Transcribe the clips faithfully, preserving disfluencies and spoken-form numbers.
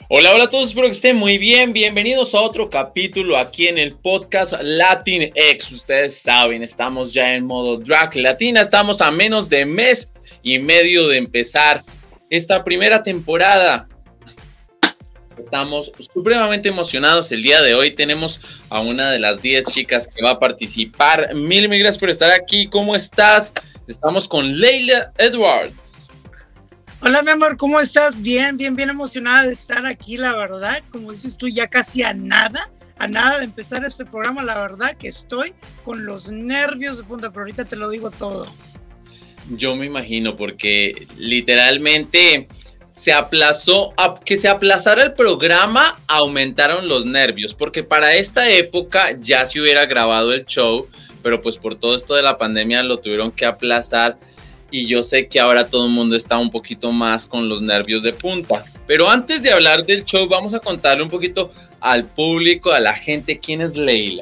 Hola, hola a todos, espero que estén muy bien. Bienvenidos a otro capítulo aquí en el podcast Latinx. Ustedes saben, estamos ya en modo drag latina, estamos a menos de mes y medio de empezar esta primera temporada. Estamos supremamente emocionados. El día de hoy tenemos a una de las diez chicas que va a participar. Mil, mil gracias por estar aquí. ¿Cómo estás? Estamos con Leila Edwards. Hola, mi amor, ¿cómo estás? Bien, bien, bien emocionada de estar aquí, la verdad. Como dices tú, ya casi a nada, a nada de empezar este programa, la verdad que estoy con los nervios de punta, pero ahorita te lo digo todo. Yo me imagino, porque literalmente se aplazó, a que se aplazara el programa, aumentaron los nervios, porque para esta época ya se hubiera grabado el show, pero pues por todo esto de la pandemia lo tuvieron que aplazar. Y yo sé que ahora todo el mundo está un poquito más con los nervios de punta. Pero antes de hablar del show, vamos a contarle un poquito al público, a la gente, quién es Leila.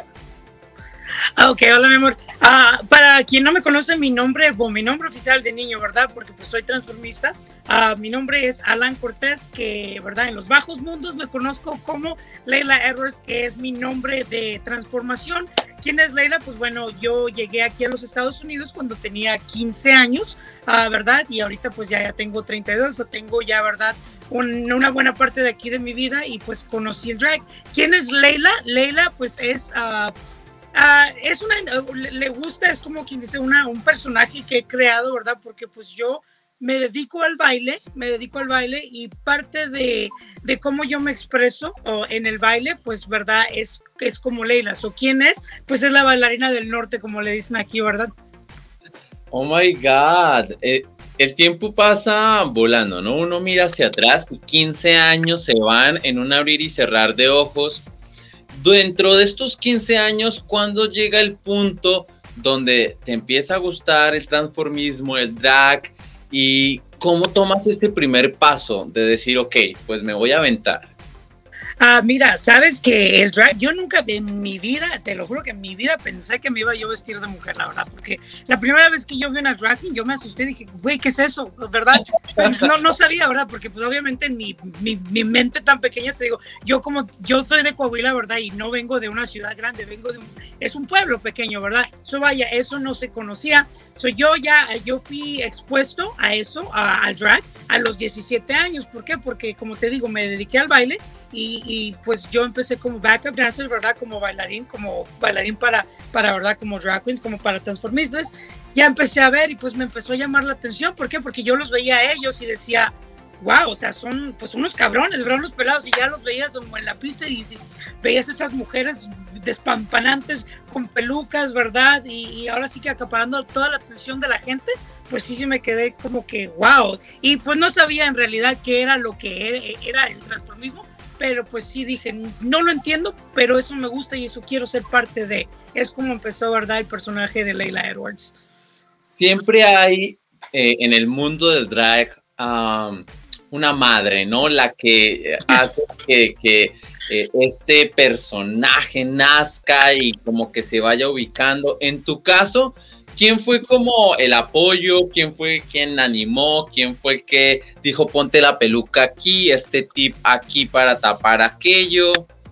Ah, ok, hola, mi amor. Uh, para quien no me conoce, mi nombre, bueno, mi nombre oficial de niño, ¿verdad? Porque pues soy transformista. Uh, mi nombre es Alan Cortés, que, ¿verdad? En los bajos mundos me conozco como Leila Edwards, que es mi nombre de transformación. ¿Quién es Leila? Pues bueno, yo llegué aquí a los Estados Unidos cuando tenía quince años, uh, ¿verdad? Y ahorita pues ya, ya tengo treinta y dos, o tengo ya, ¿verdad? Un, una buena parte de aquí de mi vida y pues conocí el drag. ¿Quién es Leila? Leila pues es... Uh, Uh, es una, uh, le, le gusta, es como quien dice, una, un personaje que he creado, ¿verdad? Porque pues yo me dedico al baile, me dedico al baile y parte de, de cómo yo me expreso oh, en el baile, pues, ¿verdad? Es, es como Leila. ¿So quién es? Pues es la bailarina del norte, como le dicen aquí, ¿verdad? Oh my God. Eh, el tiempo pasa volando, ¿no? Uno mira hacia atrás y quince años se van en un abrir y cerrar de ojos. Dentro de estos quince años, ¿cuándo llega el punto donde te empieza a gustar el transformismo, el drag? ¿Y cómo tomas este primer paso de decir, ok, pues me voy a aventar? Ah, mira, sabes que el drag, yo nunca en mi vida, te lo juro que en mi vida pensé que me iba yo a vestir de mujer, la verdad, porque la primera vez que yo vi una drag queen, yo me asusté y dije, güey, ¿qué es eso? ¿Verdad? No, no sabía, ¿verdad? Porque pues obviamente en mi, mi, mi mente tan pequeña, te digo, yo como, yo soy de Coahuila, ¿verdad? Y no vengo de una ciudad grande, vengo de un, es un pueblo pequeño, ¿verdad? Eso vaya, eso no se conocía. So, yo ya, yo fui expuesto a eso, a, al drag, a los diecisiete años. ¿Por qué? Porque, como te digo, me dediqué al baile y, y pues yo empecé como backup dancer, ¿verdad? Como bailarín, como bailarín para, para ¿verdad? Como drag queens, como para transformistas. Ya empecé a ver y pues me empezó a llamar la atención. ¿Por qué? Porque yo los veía a ellos y decía, wow, o sea, son pues unos cabrones, ¿verdad? Unos pelados, y ya los veías como en la pista y, y veías esas mujeres despampanantes con pelucas, ¿verdad? Y, y ahora sí que acaparando toda la atención de la gente, pues sí, sí me quedé como que wow. Y pues no sabía en realidad qué era lo que era el transformismo, pero pues sí dije, no lo entiendo, pero eso me gusta y eso quiero ser parte de. Es como empezó, ¿verdad? El personaje de Leila Edwards. Siempre hay eh, en el mundo del drag um, una madre, ¿no? La que hace que, que eh, este personaje nazca y como que se vaya ubicando. En tu caso, ¿quién fue como el apoyo? ¿Quién fue quien animó? ¿Quién fue el que dijo ponte la peluca aquí, este tip aquí para tapar aquello?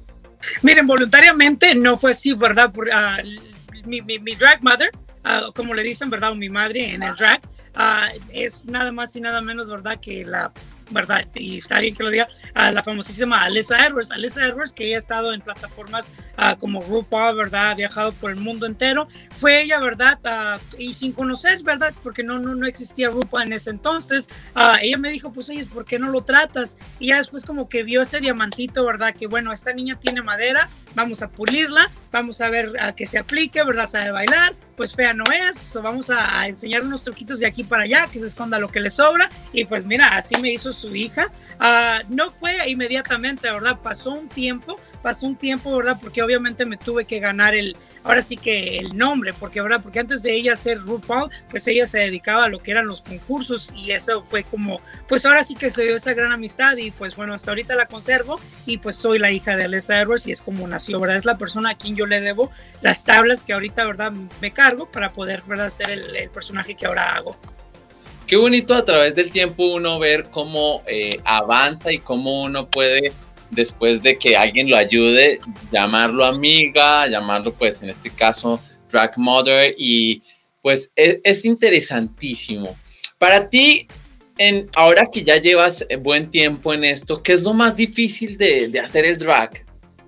Miren, voluntariamente no fue así, ¿verdad? Por, uh, mi, mi, mi drag mother, uh, como le dicen, ¿verdad? O mi madre en el drag, uh, es nada más y nada menos, ¿verdad? Que la, ¿verdad? Y está bien que lo diga, uh, la famosísima Alyssa Edwards. Alyssa Edwards, que ella ha estado en plataformas uh, como RuPaul, ¿verdad? Ha viajado por el mundo entero. Fue ella, ¿verdad? Uh, y sin conocer, ¿verdad? Porque no, no, no existía RuPaul en ese entonces. Uh, ella me dijo, pues, oye, ¿por qué no lo tratas? Y ya después como que vio ese diamantito, ¿verdad? Que bueno, esta niña tiene madera, vamos a pulirla, vamos a ver a que se aplique, ¿verdad? Sabe bailar, pues fea no es, so vamos a, a enseñar unos truquitos de aquí para allá, que se esconda lo que le sobra, y pues mira, así me hizo su hija. Uh, no fue inmediatamente, ¿verdad? Pasó un tiempo, pasó un tiempo, ¿verdad? Porque obviamente me tuve que ganar el, ahora sí que el nombre, porque, ¿verdad? Porque antes de ella ser RuPaul, pues ella se dedicaba a lo que eran los concursos y eso fue como, pues ahora sí que se dio esa gran amistad y pues bueno, hasta ahorita la conservo y pues soy la hija de Alyssa Edwards y es como nació, ¿verdad? Es la persona a quien yo le debo las tablas que ahorita, ¿verdad? Me cargo para poder, ¿verdad? Ser el, el personaje que ahora hago. qué bonito a través del tiempo uno ver cómo eh, avanza y cómo uno puede, después de que alguien lo ayude, llamarlo amiga, llamarlo pues en este caso drag mother, y pues es, es interesantísimo. Para ti, en, ahora que ya llevas buen tiempo en esto, ¿qué es lo más difícil de, de hacer el drag?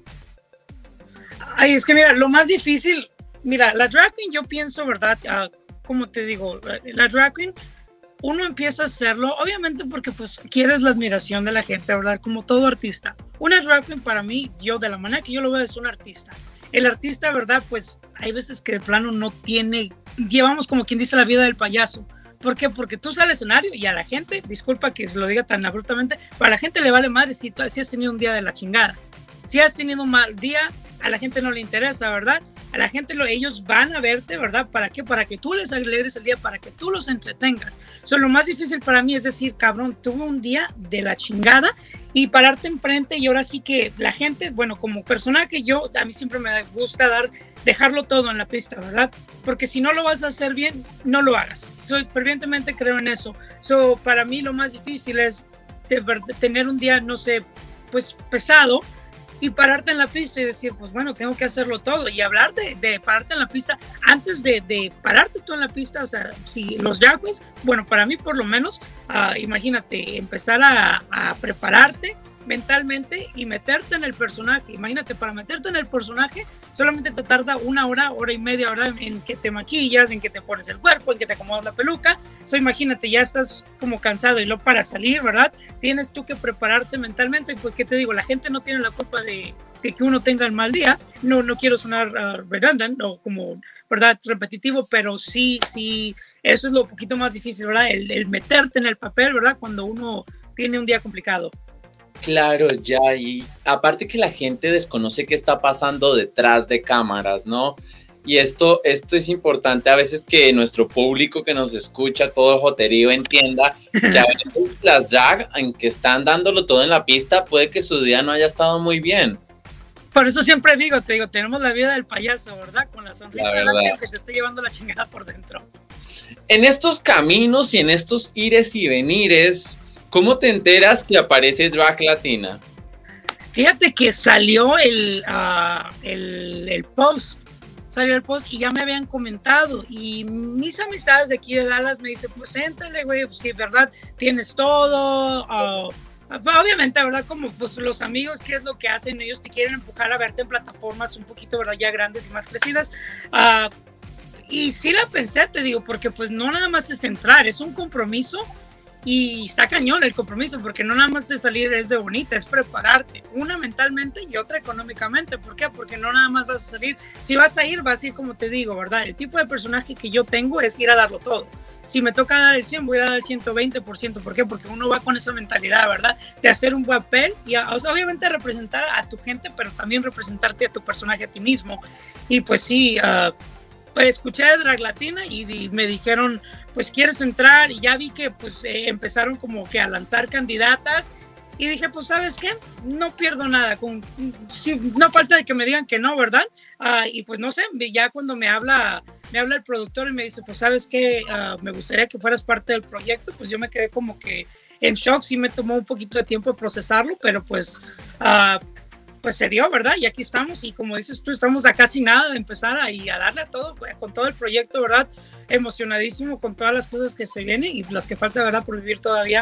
Ay, es que mira, lo más difícil, mira, la drag queen, yo pienso, ¿verdad? Uh, como te digo, la drag queen, uno empieza a hacerlo, obviamente porque pues quieres la admiración de la gente, ¿verdad? Como todo artista. Una drag queen para mí, yo de la manera que yo lo veo, es un artista. El artista, ¿verdad? Pues hay veces que de plano no tiene, llevamos como quien dice la vida del payaso. ¿Por qué? Porque tú sales al escenario y a la gente, disculpa que se lo diga tan abruptamente, para la gente le vale madre si, tú, si has tenido un día de la chingada. Si has tenido un mal día, a la gente no le interesa, ¿verdad? A la gente, lo, ellos van a verte, ¿verdad? ¿Para qué? Para que tú les alegres el día, para que tú los entretengas. So, lo más difícil para mí es decir, cabrón, tuve un día de la chingada y pararte enfrente, y ahora sí que la gente, bueno, como persona que yo, a mí siempre me gusta dar, dejarlo todo en la pista, ¿verdad? Porque si no lo vas a hacer bien, no lo hagas. Soy fervientemente creo en eso. So, para mí lo más difícil es de, de tener un día, no sé, pues pesado, y pararte en la pista y decir, pues bueno, tengo que hacerlo todo, y hablar de, de pararte en la pista antes de, de pararte tú en la pista. O sea, si los drag queens, bueno, para mí por lo menos, uh, imagínate, empezar a, a prepararte mentalmente y meterte en el personaje. Imagínate, para meterte en el personaje solamente te tarda una hora, hora y media, hora en que te maquillas, en que te pones el cuerpo, en que te acomodas la peluca. So, imagínate, ya estás como cansado, y luego para salir, ¿verdad? Tienes tú que prepararte mentalmente. Pues, ¿qué te digo? La gente no tiene la culpa de, de que uno tenga el mal día. No, no quiero sonar uh, redundant o como, ¿verdad? Repetitivo, pero sí, sí, eso es lo poquito más difícil, ¿verdad? El, el meterte en el papel, ¿verdad? Cuando uno tiene un día complicado. Claro, ya, y aparte que la gente desconoce qué está pasando detrás de cámaras, ¿no? Y esto, esto es importante a veces que nuestro público que nos escucha, todo joterío, entienda que a veces las drag, en que están dándolo todo en la pista, puede que su día no haya estado muy bien. Por eso siempre digo, te digo, tenemos la vida del payaso, ¿verdad? Con la sonrisa la verdad. Que te esté llevando la chingada por dentro. En estos caminos y en estos ires y venires, ¿cómo te enteras que aparece Drag Latina? Fíjate que salió el, uh, el, el post, salió el post y ya me habían comentado, y mis amistades de aquí de Dallas me dicen, pues éntrale, güey, pues sí, verdad, tienes todo, uh, obviamente, verdad, como pues los amigos, ¿qué es lo que hacen? Ellos te quieren empujar a verte en plataformas un poquito, verdad, ya grandes y más crecidas, uh, y sí la pensé, te digo, porque pues no nada más es entrar, es un compromiso. Y está cañón el compromiso, porque no nada más de salir es de bonita, es prepararte, una mentalmente y otra económicamente. ¿Por qué? Porque no nada más vas a salir, si vas a ir, vas a ir como te digo, ¿verdad? El tipo de personaje que yo tengo es ir a darlo todo. Si me toca dar el cien, voy a dar el ciento veinte por ciento. ¿Por qué? Porque uno va con esa mentalidad, ¿verdad? De hacer un buen papel y a, o sea, obviamente representar a tu gente, pero también representarte a tu personaje, a ti mismo. Y pues sí, uh, pues escuché de Drag Latina y, y me dijeron, pues quieres entrar, y ya vi que pues eh, empezaron como que a lanzar candidatas, y dije, pues ¿sabes qué? No pierdo nada, con, si, no falta de que me digan que no, ¿verdad? Uh, y pues no sé, ya cuando me habla, me habla el productor y me dice, pues ¿sabes qué? Uh, me gustaría que fueras parte del proyecto, pues yo me quedé como que en shock, sí me tomó un poquito de tiempo procesarlo, pero pues... Uh, pues se dio, ¿verdad? Y aquí estamos, y como dices tú, estamos a casi nada de empezar a, y a darle a todo, con todo el proyecto, ¿verdad? Emocionadísimo con todas las cosas que se vienen y las que falta, ¿verdad? Por vivir todavía.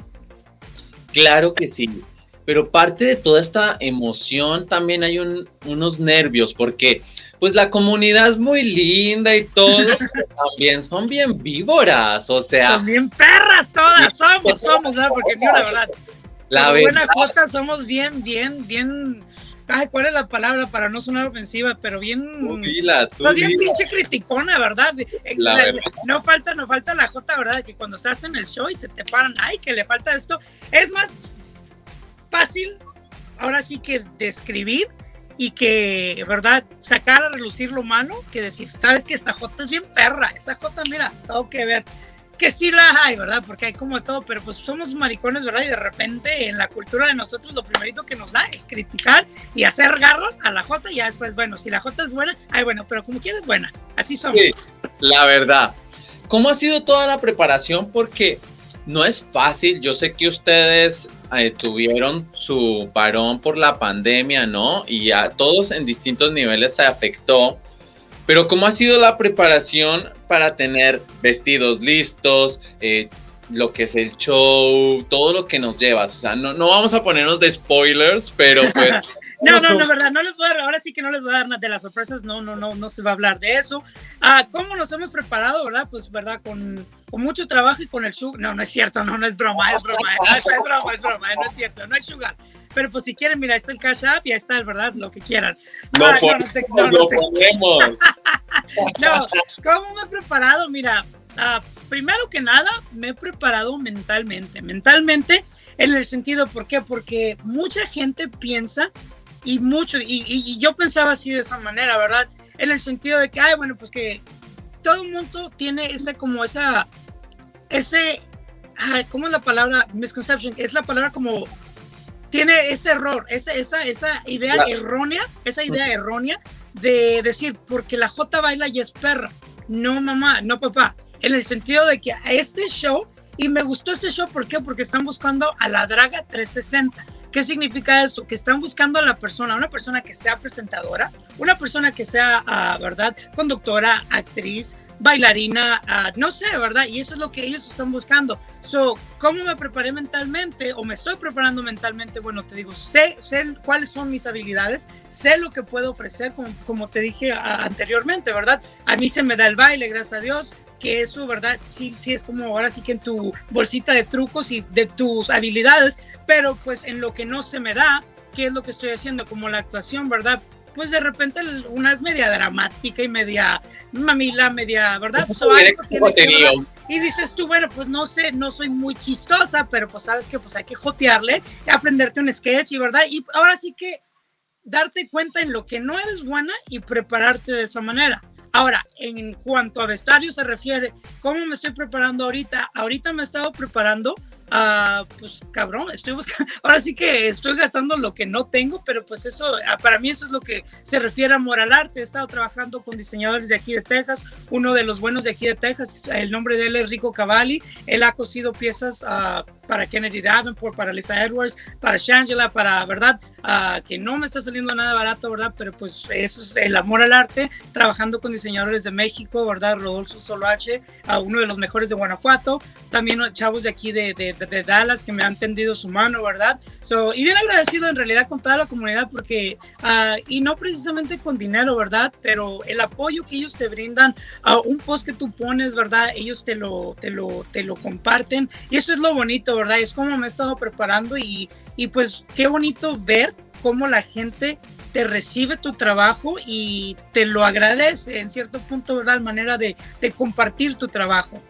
Claro que sí, pero parte de toda esta emoción también hay un, unos nervios, porque pues la comunidad es muy linda y todo, pero también son bien víboras, o sea... Son bien perras todas, somos, somos, ¿verdad? Porque mira, la verdad, la buena costa somos bien, bien, bien... Ay, ¿cuál es la palabra para no sonar ofensiva? Pero bien... Tú dila, tú pues bien dila. pinche criticona, ¿verdad? La la, verdad. No falta, no falta la jota, ¿verdad? Que cuando estás en el show y se te paran, ay, que le falta esto. Es más fácil, ahora sí, que describir y que, ¿verdad? Sacar a relucir lo humano, que decir, ¿sabes que esta jota es bien perra? Esa jota, mira, tengo que ver. Que sí la hay, ¿verdad? Porque hay como todo, pero pues somos maricones, ¿verdad? Y de repente en la cultura de nosotros lo primerito que nos da es criticar y hacer garras a la jota, y ya después, bueno, si la jota es buena, ay, bueno, pero como quieres buena, así somos. Sí, la verdad. ¿cómo ha sido toda la preparación? Porque no es fácil. Yo sé que ustedes eh, tuvieron su parón por la pandemia, ¿no? Y a todos en distintos niveles se afectó. Pero ¿cómo ha sido la preparación para tener vestidos listos, eh, lo que es el show, todo lo que nos llevas? O sea, no, no vamos a ponernos de spoilers, pero pues... No, no, no, verdad, no les voy a dar, ahora sí que no les voy a dar nada de las sorpresas, no, no, no, no se va a hablar de eso. Ah, ¿cómo nos hemos preparado, verdad? Pues, verdad, con, con mucho trabajo y con el sugar, no, no es cierto, no, no es broma, es broma, es, es broma, es broma, no es cierto, no es sugar. Pero pues si quieren, mira, ahí está el Cash App y ahí está, ¿verdad? Lo que quieran. No, ah, no, no, te, no, no, lo te... ponemos. No, ¿cómo me he preparado? Mira, uh, primero que nada, me he preparado mentalmente, mentalmente en el sentido, ¿por qué? Porque mucha gente piensa y mucho, y, y, y yo pensaba así de esa manera, ¿verdad? En el sentido de que, ay, bueno, pues que todo el mundo tiene esa, como esa, ese, ay, ¿cómo es la palabra? Misconception, es la palabra como, tiene ese error, esa, esa, esa idea claro. errónea, esa idea uh-huh. errónea de decir, porque la Jota baila y es perra. No, mamá, no, papá. En el sentido de que a este show, y me gustó este show, ¿por qué? Porque están buscando a la Draga trescientos sesenta. ¿Qué significa esto? Que están buscando a la persona, una persona que sea presentadora, una persona que sea, uh, ¿verdad? Conductora, actriz, bailarina, uh, no sé, ¿verdad? Y eso es lo que ellos están buscando. So, ¿cómo me preparé mentalmente o me estoy preparando mentalmente? Bueno, te digo, sé, sé cuáles son mis habilidades, sé lo que puedo ofrecer, como, como te dije uh, anteriormente, ¿verdad? A mí se me da el baile, gracias a Dios, que eso, ¿verdad? Sí, sí es como ahora sí que en tu bolsita de trucos y de tus habilidades, pero pues en lo que no se me da, ¿qué es lo que estoy haciendo? Como la actuación, ¿verdad? Pues de repente una es media dramática y media mamila, media, ¿verdad? So, que, y dices tú, bueno, pues no sé, no soy muy chistosa, pero pues sabes que pues hay que jotearle, aprenderte un sketch, y ¿verdad? Y ahora sí que darte cuenta en lo que no eres buena y prepararte de esa manera. Ahora, en cuanto a vestuario se refiere, ¿cómo me estoy preparando ahorita? Ahorita me he estado preparando, uh, pues cabrón, estoy buscando, ahora sí que estoy gastando lo que no tengo, pero pues eso, para mí eso es lo que se refiere a amor al arte. He estado trabajando con diseñadores de aquí de Texas, uno de los buenos de aquí de Texas, el nombre de él es Rico Cavalli, él ha cosido piezas uh, para Kennedy Davenport, para Lisa Edwards, para Shangela, para, ¿verdad? Uh, que no me está saliendo nada barato, ¿verdad? Pero pues eso es el amor al arte, trabajando con diseñadores de México, ¿verdad? Rodolfo Soloache, uh, uno de los mejores de Guanajuato, también chavos de aquí de, de, de, de Dallas que me han tendido su mano, ¿verdad? So, y bien agradecido en realidad con toda la comunidad porque, uh, y no precisamente con dinero, ¿verdad? Pero el apoyo que ellos te brindan, uh, un post que tú pones, ¿verdad? Ellos te lo, te lo, te lo comparten y eso es lo bonito, ¿verdad? Es como me he estado preparando y, y pues qué bonito ver cómo la gente te recibe tu trabajo y te lo agradece en cierto punto, ¿verdad? La manera de, de compartir tu trabajo.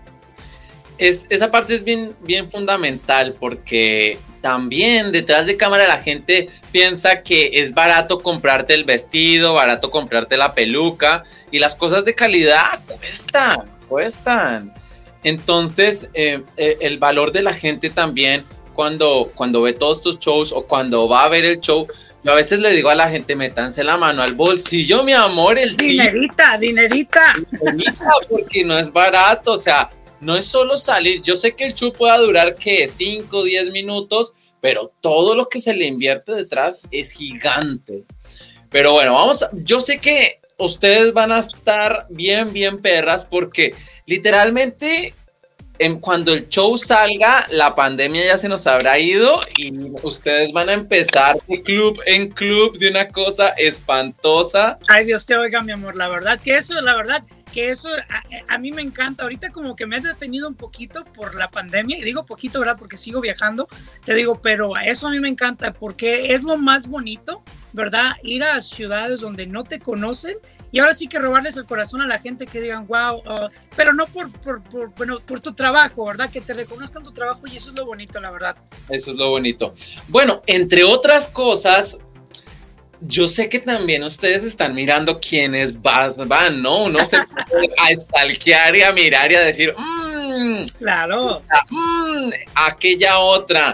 Es, esa parte es bien, bien fundamental porque también detrás de cámara la gente piensa que es barato comprarte el vestido, barato comprarte la peluca y las cosas de calidad cuestan, cuestan. Entonces, eh, eh, el valor de la gente también cuando, cuando ve todos estos shows o cuando va a ver el show, yo a veces le digo a la gente, métanse la mano al bolsillo, mi amor, el dinerita, tío, dinerita. Dinerita, porque no es barato, o sea, no es solo salir. Yo sé que el show pueda durar, ¿qué? cinco, diez minutos, pero todo lo que se le invierte detrás es gigante. Pero bueno, vamos, a, yo sé que ustedes van a estar bien, bien perras, porque literalmente en, cuando el show salga, la pandemia ya se nos habrá ido y ustedes van a empezar de club en club de una cosa espantosa. Ay, Dios te oiga, mi amor, la verdad que eso, la verdad que eso a, a mí me encanta. Ahorita como que me he detenido un poquito por la pandemia, y digo poquito, ¿verdad? Porque sigo viajando, te digo, pero eso a mí me encanta porque es lo más bonito, ¿verdad? Ir a ciudades donde no te conocen y ahora sí que robarles el corazón a la gente, que digan, wow, uh, pero no por, por, por, bueno, por tu trabajo, ¿verdad? Que te reconozcan tu trabajo y eso es lo bonito, la verdad. Eso es lo bonito. Bueno, entre otras cosas, yo sé que también ustedes están mirando quiénes van, ¿no? Uno se puede a stalkear y a mirar y a decir, mmm, claro, mmm, aquella otra.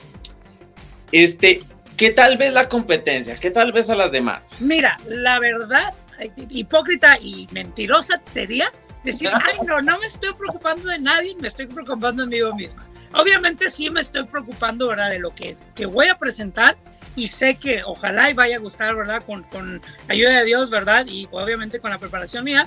Este, ¿qué tal ves la competencia? ¿Qué tal ves a las demás? Mira, la verdad, hipócrita y mentirosa sería decir, ay, no, no me estoy preocupando de nadie, me estoy preocupando de mí misma. Obviamente sí me estoy preocupando, ¿verdad? De lo que, que voy a presentar y sé que ojalá y vaya a gustar, ¿verdad? Con, con ayuda de Dios, ¿verdad? Y obviamente con la preparación mía.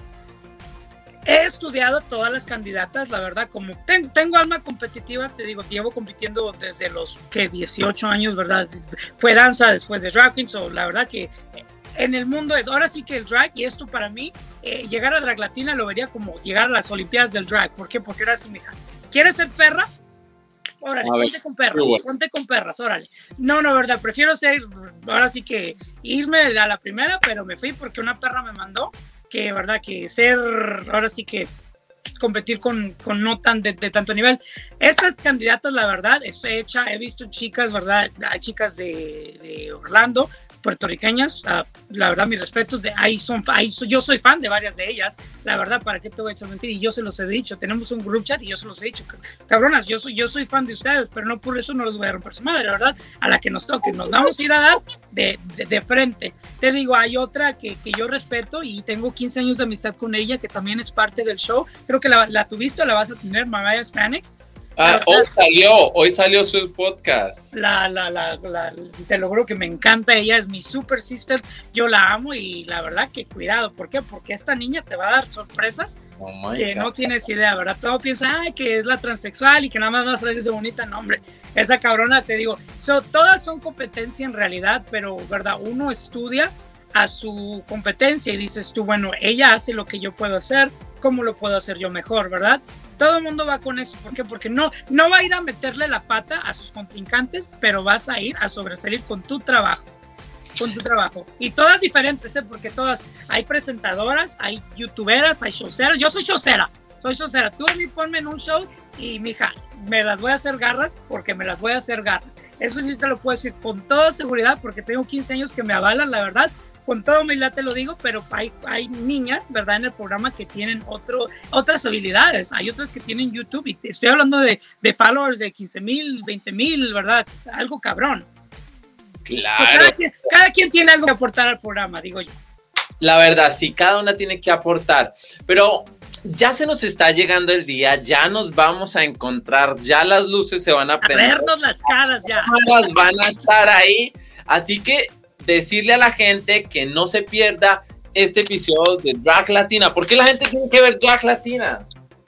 He estudiado todas las candidatas, la verdad, como ten, tengo alma competitiva, te digo, llevo compitiendo desde los que dieciocho años, ¿verdad? Fue danza después de drag queen, so, la verdad que en el mundo es, ahora sí que el drag, y esto para mí, eh, llegar a Drag Latina lo vería como llegar a las Olimpiadas del drag. ¿Por qué? Porque era así, mija. ¿Quieres ser perra? Órale, a ponte ver, con perras, ponte con perras, órale. No, no, verdad, prefiero ser, ahora sí que irme a la primera, pero me fui porque una perra me mandó. Que verdad que ser, ahora sí que competir con, con no tan de, de tanto nivel. Estas candidatas, la verdad, estoy hecha, he visto chicas, verdad, hay chicas de, de Orlando, puertorriqueñas, uh, la verdad, mis respetos, de ahí son, ahí so, yo soy fan de varias de ellas, la verdad, ¿para qué te voy a echar mentir? Y yo se los he dicho, tenemos un group chat y yo se los he dicho, cabronas, yo soy, yo soy fan de ustedes, pero no por eso no les voy a romper su madre, la verdad, a la que nos toque, nos vamos a ir a dar de, de, de frente. Te digo, hay otra que, que yo respeto y tengo quince años de amistad con ella, que también es parte del show, creo que la, la tuviste o la vas a tener, Mariah Hispanic. Ah, hoy salió, hoy salió su podcast. La, la, la, la, te lo juro que me encanta, ella es mi super sister, yo la amo y la verdad que cuidado, ¿por qué? Porque esta niña te va a dar sorpresas oh que God. No tienes idea, ¿verdad? Todo piensa, ay, que es la transexual y que nada más va a salir de bonita, no, hombre, esa cabrona, te digo, so, todas son competencia en realidad, pero, ¿verdad? Uno estudia a su competencia y dices tú, bueno, ella hace lo que yo puedo hacer, ¿cómo lo puedo hacer yo mejor, verdad? Todo el mundo va con eso, ¿por qué? Porque no, no va a ir a meterle la pata a sus contrincantes, pero vas a ir a sobresalir con tu trabajo, con tu trabajo. Y todas diferentes, ¿eh? Porque todas, hay presentadoras, hay youtuberas, hay showceras, yo soy showcera, soy showcera, tú a mí ponme en un show y mija, me las voy a hacer garras porque me las voy a hacer garras. Eso sí te lo puedo decir con toda seguridad porque tengo quince años que me avalan, la verdad. Con toda humildad te lo digo, pero hay, hay niñas, ¿verdad? En el programa que tienen otro, otras habilidades. Hay otras que tienen YouTube y te estoy hablando de, de followers de quince mil, veinte mil, ¿verdad? Algo cabrón. Claro. Pues cada, quien, cada quien tiene algo que aportar al programa, digo yo. La verdad, sí, cada una tiene que aportar. Pero ya se nos está llegando el día, ya nos vamos a encontrar, ya las luces se van a prender. A vernos las caras ya. Las van a estar ahí. Así que decirle a la gente que no se pierda este episodio de Drag Latina. ¿Por qué la gente tiene que ver Drag Latina?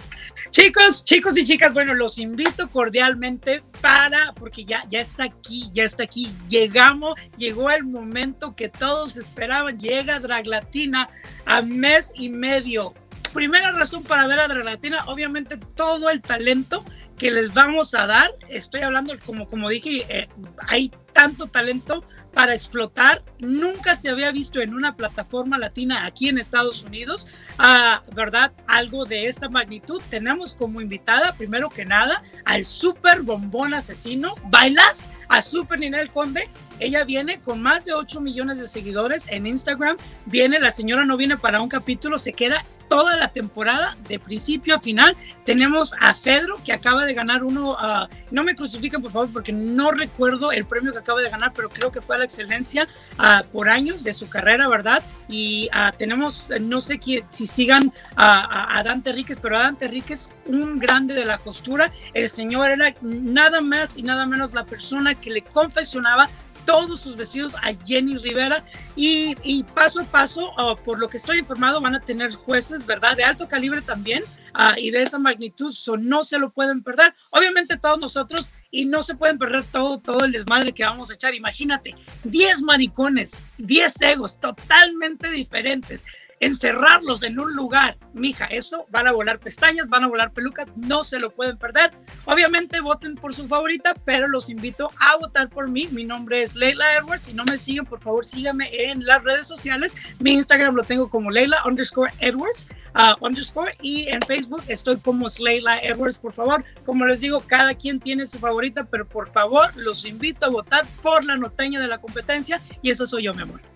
Chicos, chicos y chicas, bueno, los invito cordialmente para, porque ya, ya está aquí, ya está aquí, llegamos, llegó el momento que todos esperaban, llega Drag Latina a mes y medio. Primera razón para ver a Drag Latina, obviamente todo el talento que les vamos a dar, estoy hablando, como, como dije, eh, hay tanto talento para explotar, nunca se había visto en una plataforma latina aquí en Estados Unidos, uh, ¿verdad? Algo de esta magnitud. Tenemos como invitada, primero que nada, al Super Bombón Asesino, ¿bailas? A Super Ninel Conde. Ella viene con más de ocho millones de seguidores en Instagram, viene, la señora no viene para un capítulo, se queda toda la temporada, de principio a final. Tenemos a Fedro, que acaba de ganar uno, uh, no me crucifiquen por favor, porque no recuerdo el premio que acaba de ganar, pero creo que fue a la excelencia uh, por años de su carrera, ¿verdad? Y uh, tenemos, no sé quién, si sigan uh, a, a Dante Ríquez, pero a Dante Ríquez, un grande de la costura, el señor era nada más y nada menos la persona que le confeccionaba todos sus vestidos a Jenny Rivera y, y paso a paso, uh, por lo que estoy informado, van a tener jueces, ¿verdad? De alto calibre también uh, y de esa magnitud, so no se lo pueden perder. Obviamente todos nosotros y no se pueden perder todo, todo el desmadre que vamos a echar. Imagínate, diez maricones, diez egos totalmente diferentes. Encerrarlos en un lugar, mija, eso van a volar pestañas, van a volar pelucas, no se lo pueden perder. Obviamente voten por su favorita, pero los invito a votar por mí. Mi nombre es Leila Edwards. Si no me siguen, por favor síganme en las redes sociales. Mi Instagram lo tengo como Leila underscore Edwards uh, underscore y en Facebook estoy como Leila Edwards. Por favor, como les digo, cada quien tiene su favorita, pero por favor los invito a votar por la norteña de la competencia y eso soy yo, mi amor.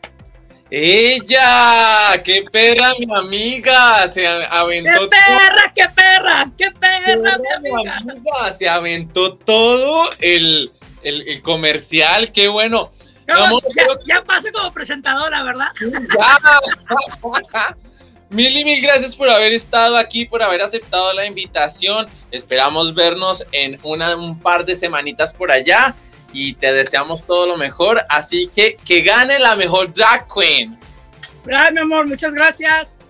¡Ella! ¡Qué perra, mi amiga! Se aventó. ¡Qué perra, qué perra! ¡Qué perra, perra mi amiga! amiga! Se aventó todo el, el, el comercial. ¡Qué bueno! No, Vamos, ya, ya pasé como presentadora, ¿verdad? Ya. Mil y mil gracias por haber estado aquí, por haber aceptado la invitación. Esperamos vernos en una, un par de semanitas por allá y te deseamos todo lo mejor. Así que que gane la mejor drag queen. Ay, mi amor, muchas gracias.